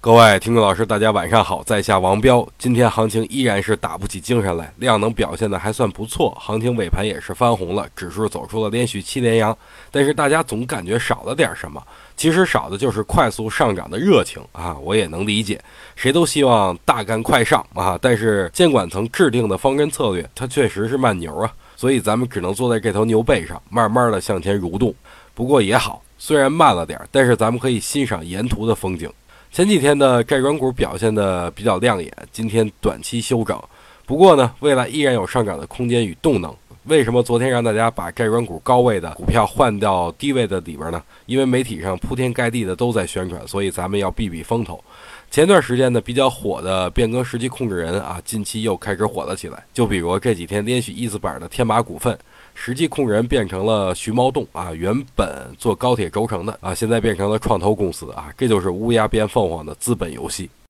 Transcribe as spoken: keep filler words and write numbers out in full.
各位听众老师，大家晚上好，在下王彪。今天行情依然是打不起精神来，量能表现的还算不错，行情尾盘也是翻红了，指数走出了连续七连阳。但是大家总感觉少了点什么，其实少的就是快速上涨的热情啊！我也能理解，谁都希望大干快上啊，但是监管层制定的方针策略，它确实是慢牛啊，所以咱们只能坐在这头牛背上，慢慢的向前蠕动。不过也好，虽然慢了点，但是咱们可以欣赏沿途的风景。前几天的债转股表现的比较亮眼，今天短期休整。不过呢，未来依然有上涨的空间与动能。为什么昨天让大家把债转股高位的股票换到低位的里边呢？因为媒体上铺天盖地的都在宣传，所以咱们要避避风头。前段时间呢比较火的变更实际控制人啊，近期又开始火了起来。就比如这几天连续一字板的天马股份，实际控制人变成了徐茂栋啊，原本做高铁轴承的啊，现在变成了创投公司啊，这就是乌鸦变凤凰的资本游戏。